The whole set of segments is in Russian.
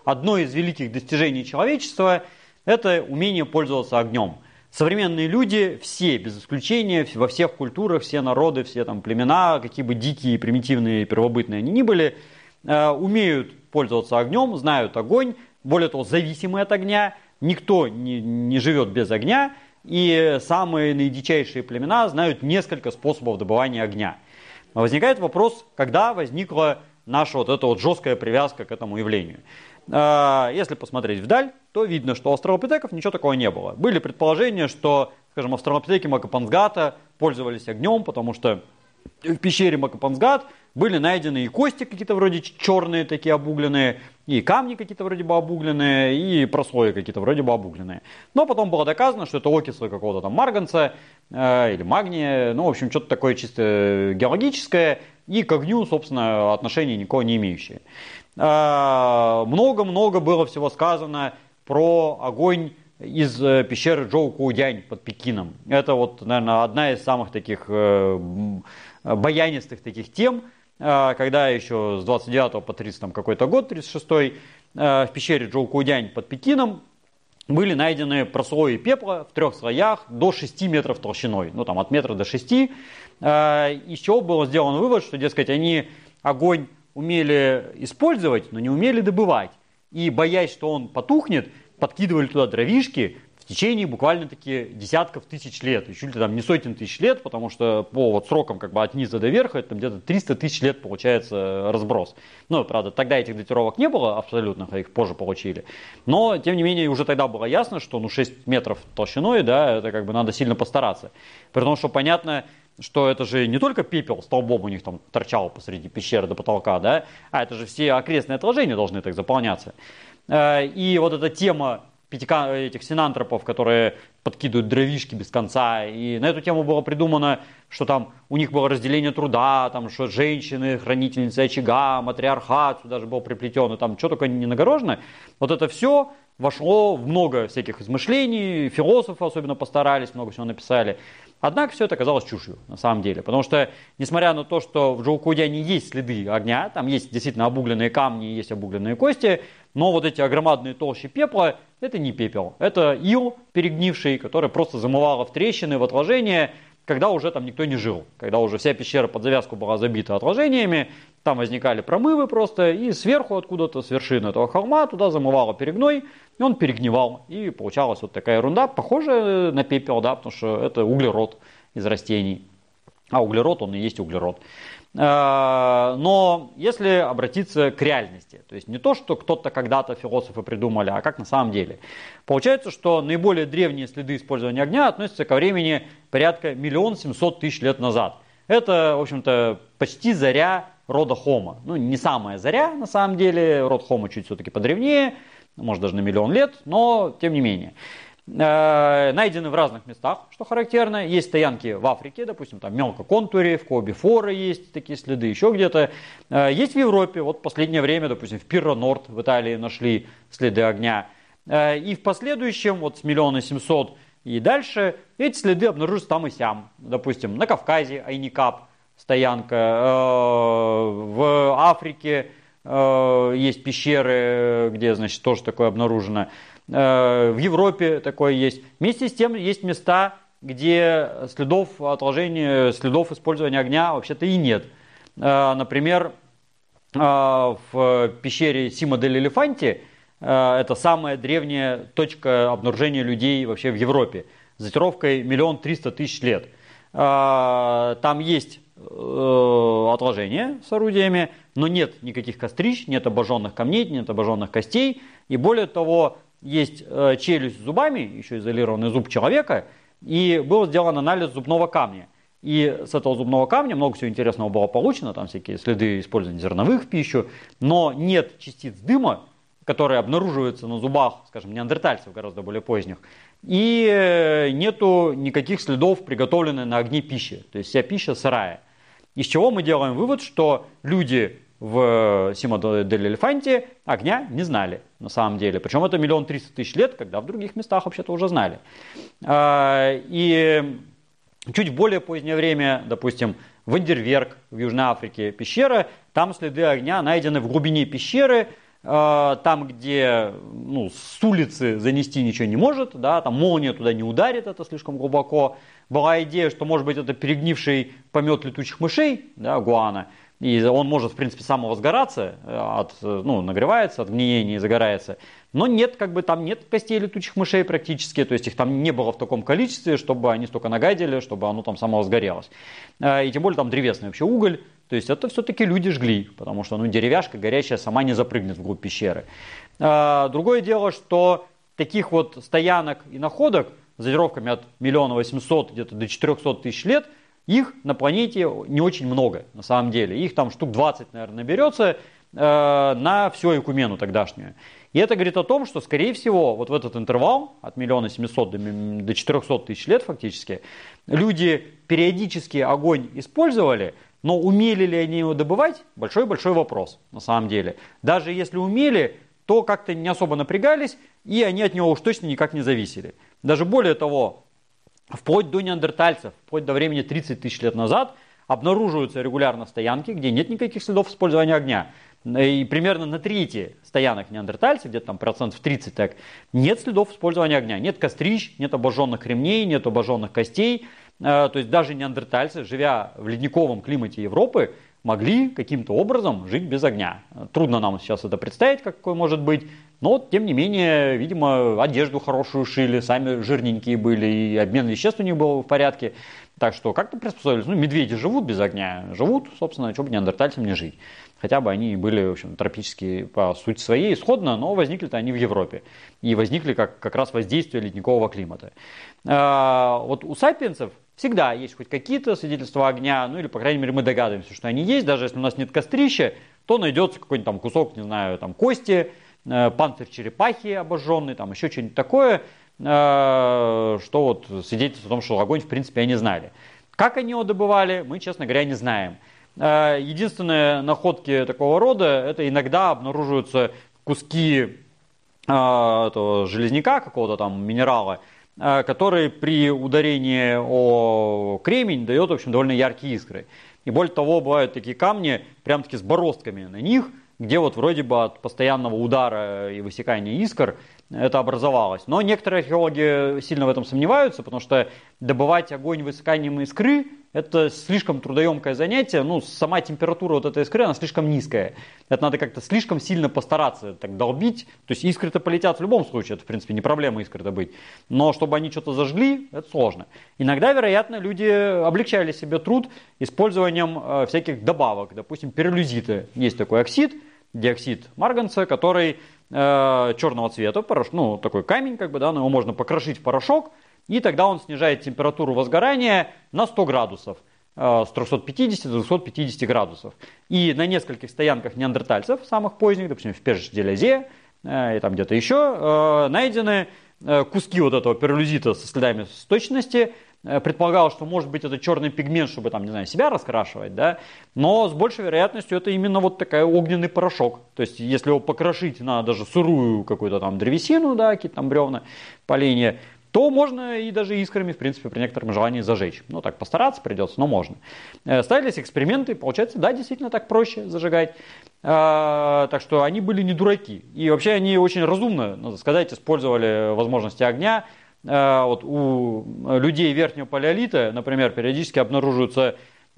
одно из великих достижений человечества – это умение пользоваться огнем. Современные люди, все, без исключения, во всех культурах, все народы, все там племена, какие бы дикие, примитивные, первобытные они ни были, умеют пользоваться огнем, знают огонь, более того, зависимы от огня. Никто не живет без огня, и самые наидичайшие племена знают несколько способов добывания огня. Возникает вопрос, когда возникла наша вот эта вот жесткая привязка к этому явлению. Если посмотреть вдаль, то видно, что у австралопитеков ничего такого не было. Были предположения, что, скажем, австралопитеки Макапансгата пользовались огнем, потому что в пещере Макапансгат были найдены и кости какие-то вроде черные такие обугленные, и камни какие-то вроде бы обугленные, и прослои какие-то вроде бы обугленные. Но потом было доказано, что это окислы какого-то там марганца или магния, ну, в общем, что-то такое чисто геологическое, и к огню, собственно, отношения никакого не имеющие. Много-много было всего сказано про огонь из пещеры Джоукоудянь под Пекином. Это вот, наверное, одна из самых таких баянистых таких тем, когда еще с 29 по 30 там, какой-то год, 36-й, в пещере Джоукоудянь под Пекином были найдены прослои пепла в 3 слоях до 6 метров толщиной, ну там от метра до 6. Из чего был сделан вывод, что, дескать, они огонь умели использовать, но не умели добывать. И, боясь, что он потухнет, подкидывали туда дровишки в течение буквально-таки десятков тысяч лет. И чуть ли там не сотен тысяч лет, потому что по вот срокам как бы от низа до верха это где-то 300 тысяч лет получается разброс. Ну, правда, тогда этих датировок не было абсолютных, а их позже получили. Но, тем не менее, уже тогда было ясно, что 6 метров толщиной, да, это как бы надо сильно постараться. При том, что понятно, что это же не только пепел столбом у них там торчал посреди пещеры до потолка, да, а это же все окрестные отложения должны так заполняться. И вот эта тема этих синантропов, которые подкидывают дровишки без конца, и на эту тему было придумано, что там у них было разделение труда, там, что женщины, хранительницы очага, матриархат сюда же был приплетен, и там что только не нагорожено. Вот это все вошло в много всяких измышлений, философы особенно постарались, много всего написали. Однако все это оказалось чушью, на самом деле. Потому что, несмотря на то, что в Джоукоудяне есть следы огня, там есть действительно обугленные камни, есть обугленные кости, но вот эти огромадные толщи пепла, это не пепел. Это ил перегнивший, который просто замывало в трещины, в отложения, когда уже там никто не жил. Когда уже вся пещера под завязку была забита отложениями, там возникали промывы просто, и сверху откуда-то, с вершины этого холма, туда замывало перегной, и он перегнивал. И получалась вот такая ерунда, похожая на пепел, да, потому что это углерод из растений. А углерод, он и есть углерод. Но если обратиться к реальности, то есть не то, что кто-то когда-то философы придумали, а как на самом деле. Получается, что наиболее древние следы использования огня относятся ко времени порядка 1 700 000 лет назад. Это, в общем-то, почти заря рода Homo. Ну, не самая заря, на самом деле, род Homo чуть все-таки подревнее, может даже на 1 000 000 лет, но тем не менее. Найдены в разных местах, что характерно. Есть стоянки в Африке, допустим, там Мелкоконтуре, в Коби-Форе есть такие следы, еще где-то. Есть в Европе, вот в последнее время, допустим, в Пирро-Норд в Италии нашли следы огня. И в последующем, вот с 1 700 000 и дальше, эти следы обнаружатся там и сям. Допустим, на Кавказе Айникап стоянка, в Африке есть пещеры, где, значит, тоже такое обнаружено. В Европе такое есть. Вместе с тем есть места, где следов отложения, следов использования огня вообще-то и нет. Например, в пещере Сима-дель-Элефанте, это самая древняя точка обнаружения людей вообще в Европе, с датировкой 1 300 000 лет. Там есть отложения с орудиями, но нет никаких кострищ, нет обожженных камней, нет обожженных костей. И более того, есть челюсть с зубами, еще изолированный зуб человека, и был сделан анализ зубного камня. И с этого зубного камня много всего интересного было получено, там всякие следы использования зерновых в пищу, но нет частиц дыма, которые обнаруживаются на зубах, скажем, неандертальцев гораздо более поздних, и нету никаких следов приготовленной на огне пищи, то есть вся пища сырая. Из чего мы делаем вывод, что люди в Сима-дель-Элефанте огня не знали на самом деле. Причем это 1 300 000 лет, когда в других местах вообще-то уже знали. И чуть в более позднее время, допустим, в Андерверг в Южной Африке пещера, там следы огня найдены в глубине пещеры, там, где с улицы занести ничего не может, да, там молния туда не ударит, это слишком глубоко. Была идея, что может быть это перегнивший помет летучих мышей, да, гуана, и он может, в принципе, самовозгораться, нагревается от гниения и загорается. Но нет, там нет костей летучих мышей практически, то есть их там не было в таком количестве, чтобы они столько нагадили, чтобы оно там самовозгорелось. И тем более там древесный вообще уголь, то есть это все-таки люди жгли, потому что деревяшка горящая сама не запрыгнет вглубь пещеры. Другое дело, что таких вот стоянок и находок с датировками от 1 800 000 где-то до 400 000 лет, их на планете не очень много, на самом деле. Их там штук 20, наверное, наберется на всю Экумену тогдашнюю. И это говорит о том, что, скорее всего, вот в этот интервал от 1 700 000 до 400 000 лет фактически, люди периодически огонь использовали, но умели ли они его добывать, большой-большой вопрос на самом деле. Даже если умели, то как-то не особо напрягались, и они от него уж точно никак не зависели. Даже более того, вплоть до неандертальцев, вплоть до времени 30 000 лет назад, обнаруживаются регулярно стоянки, где нет никаких следов использования огня. И примерно на трети стоянок неандертальцев, где-то там 30% так, нет следов использования огня. Нет кострищ, нет обожженных ремней, нет обожженных костей. То есть даже неандертальцы, живя в ледниковом климате Европы, могли каким-то образом жить без огня. Трудно нам сейчас это представить, какой может быть. Но, тем не менее, видимо, одежду хорошую шили, сами жирненькие были, и обмен веществ у них был в порядке. Так что как-то приспособились. Медведи живут без огня. Живут, собственно, чего бы неандертальцам не жить. Хотя бы они были, в общем, тропические по сути своей исходно, но возникли-то они в Европе. И возникли как раз воздействие ледникового климата. Вот у сапиенсов всегда есть хоть какие-то свидетельства огня, или, по крайней мере, мы догадываемся, что они есть. Даже если у нас нет кострища, то найдется какой-нибудь там кусок, не знаю, там кости, панцирь черепахи обожженный, там еще что-нибудь такое, что вот свидетельствует о том, что огонь, в принципе, они знали. Как они его добывали, мы, честно говоря, не знаем. Единственные находки такого рода, это иногда обнаруживаются куски этого железняка, какого-то там минерала, который при ударении о кремень дает, в общем, довольно яркие искры. И более того, бывают такие камни, прям-таки с бороздками на них, где вот вроде бы от постоянного удара и высекания искр это образовалось. Но некоторые археологи сильно в этом сомневаются, потому что добывать огонь высеканием искры – это слишком трудоемкое занятие. Сама температура вот этой искры, она слишком низкая. Это надо как-то слишком сильно постараться так долбить. То есть искры-то полетят в любом случае, это в принципе не проблема искры добыть. Но чтобы они что-то зажгли, это сложно. Иногда, вероятно, люди облегчали себе труд использованием всяких добавок. Допустим, пиролюзиты. Есть такой оксид, диоксид марганца, который черного цвета, такой камень, но его можно покрошить в порошок, и тогда он снижает температуру возгорания на 100 градусов, с 350 до 250 градусов. И на нескольких стоянках неандертальцев, самых поздних, допустим, в Пеш-Делязе и там где-то еще, найдены куски вот этого пиролюзита со следами сточности. Предполагалось, что может быть это черный пигмент, чтобы себя раскрашивать, да? Но с большей вероятностью это именно вот такой огненный порошок. То есть если его покрошить на даже сырую какую-то там древесину, да, какие-то там бревна, поленья, то можно и даже искрами, в принципе, при некотором желании зажечь. Так постараться придется, но можно. Ставились эксперименты, получается, да, действительно так проще зажигать. Так что они были не дураки. И вообще они очень разумно, надо сказать, использовали возможности огня. Вот у людей верхнего палеолита, например, периодически обнаруживаются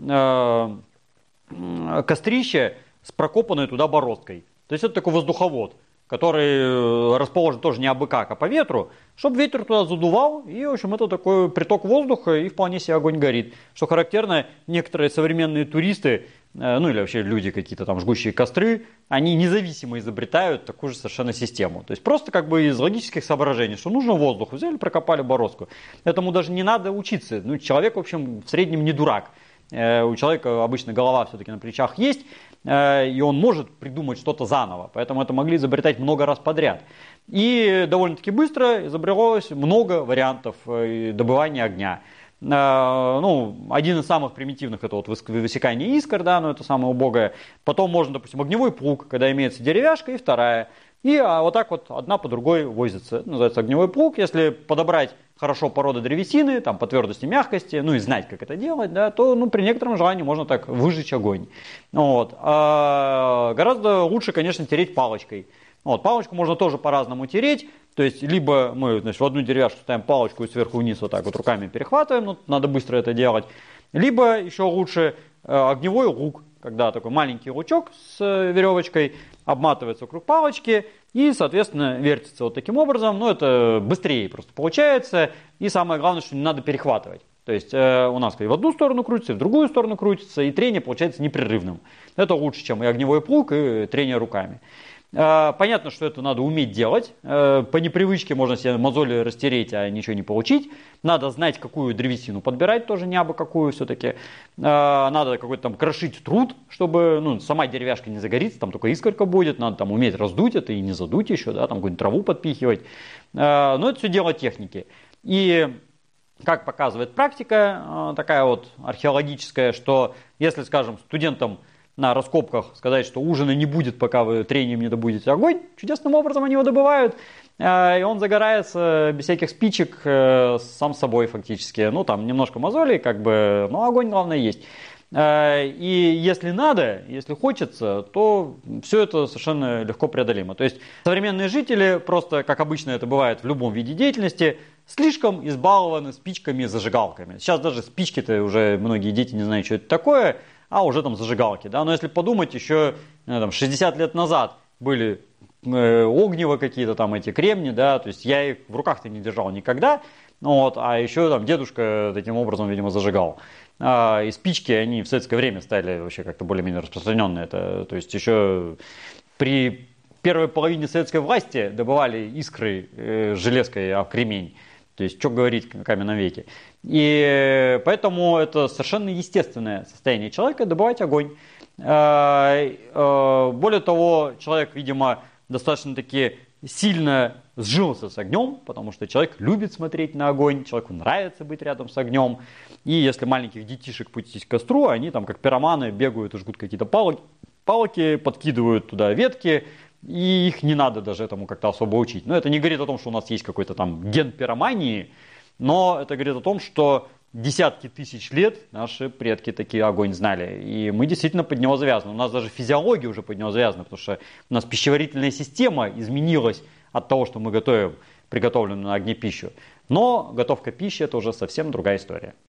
кострища с прокопанной туда бороздкой. То есть это такой воздуховод, который расположен тоже не абы как, а по ветру, чтобы ветер туда задувал, и, в общем, это такой приток воздуха, и вполне себе огонь горит. Что характерно, некоторые современные туристы, или вообще люди какие-то там жгущие костры, они независимо изобретают такую же совершенно систему. То есть просто из логических соображений, что нужно воздух, взяли, прокопали бороздку. Этому даже не надо учиться. Человек, в общем, в среднем не дурак. У человека обычно голова все-таки на плечах есть, и он может придумать что-то заново. Поэтому это могли изобретать много раз подряд. И довольно-таки быстро изобрелось много вариантов добывания огня. Один из самых примитивных это вот высекание искр, да, но это самое убогое. Потом можно, допустим, огневой плуг, когда имеется деревяшка и вторая. И вот так вот одна по другой возится. Это называется огневой плуг. Если подобрать хорошо породы древесины, там, по твердости, мягкости, и знать, как это делать, да, то при некотором желании можно так выжечь огонь. Вот. Гораздо лучше, конечно, тереть палочкой. Вот. Палочку можно тоже по-разному тереть. То есть, либо мы в одну деревяшку ставим палочку и сверху вниз вот так вот руками перехватываем, надо быстро это делать. Либо еще лучше огневой лук, когда такой маленький лучок с веревочкой обматывается вокруг палочки и, соответственно, вертится вот таким образом. Это быстрее просто получается. И самое главное, что не надо перехватывать. То есть у нас и в одну сторону крутится, и в другую сторону крутится, и трение получается непрерывным. Это лучше, чем и огневой плуг, и трение руками. Понятно, что это надо уметь делать. По непривычке можно себе мозоли растереть, а ничего не получить. Надо знать, какую древесину подбирать, тоже не абы какую все-таки. Надо какой-то там крошить труд, чтобы сама деревяшка не загорится, там только искорка будет. Надо там уметь раздуть это и не задуть еще, да, там какую-нибудь траву подпихивать. Но это все дело техники. И как показывает практика, такая вот археологическая, что если, скажем, студентам на раскопках сказать, что ужина не будет, пока вы трением не добудете огонь, чудесным образом они его добывают, и он загорается без всяких спичек сам собой фактически. Там немножко мозолей, но огонь главное есть. И если надо, если хочется, то все это совершенно легко преодолимо. То есть современные жители, просто как обычно это бывает в любом виде деятельности, слишком избалованы спичками и зажигалками. Сейчас даже спички-то уже многие дети не знают, что это такое, а уже там зажигалки. Да? Но если подумать, еще 60 лет назад были огнево какие-то там эти кремни, да, то есть я их в руках-то не держал никогда, а еще там дедушка таким образом, видимо, зажигал. И спички, они в советское время стали вообще как-то более-менее распространенные. То есть еще при первой половине советской власти добывали искры железкой об кремень. То есть, что говорить о каменном веке. И поэтому это совершенно естественное состояние человека добывать огонь. Более того, человек, видимо, достаточно-таки сильно сжился с огнем, потому что человек любит смотреть на огонь, человеку нравится быть рядом с огнем. И если маленьких детишек пустить к костру, они там как пироманы бегают и жгут какие-то палки, подкидывают туда ветки, и их не надо даже этому как-то особо учить. Но это не говорит о том, что у нас есть какой-то там ген пиромании, но это говорит о том, что десятки тысяч лет наши предки такие огонь знали. И мы действительно под него завязаны. У нас даже физиология уже под него завязана, потому что у нас пищеварительная система изменилась от того, что мы готовим приготовленную на огне пищу. Но готовка пищи – это уже совсем другая история.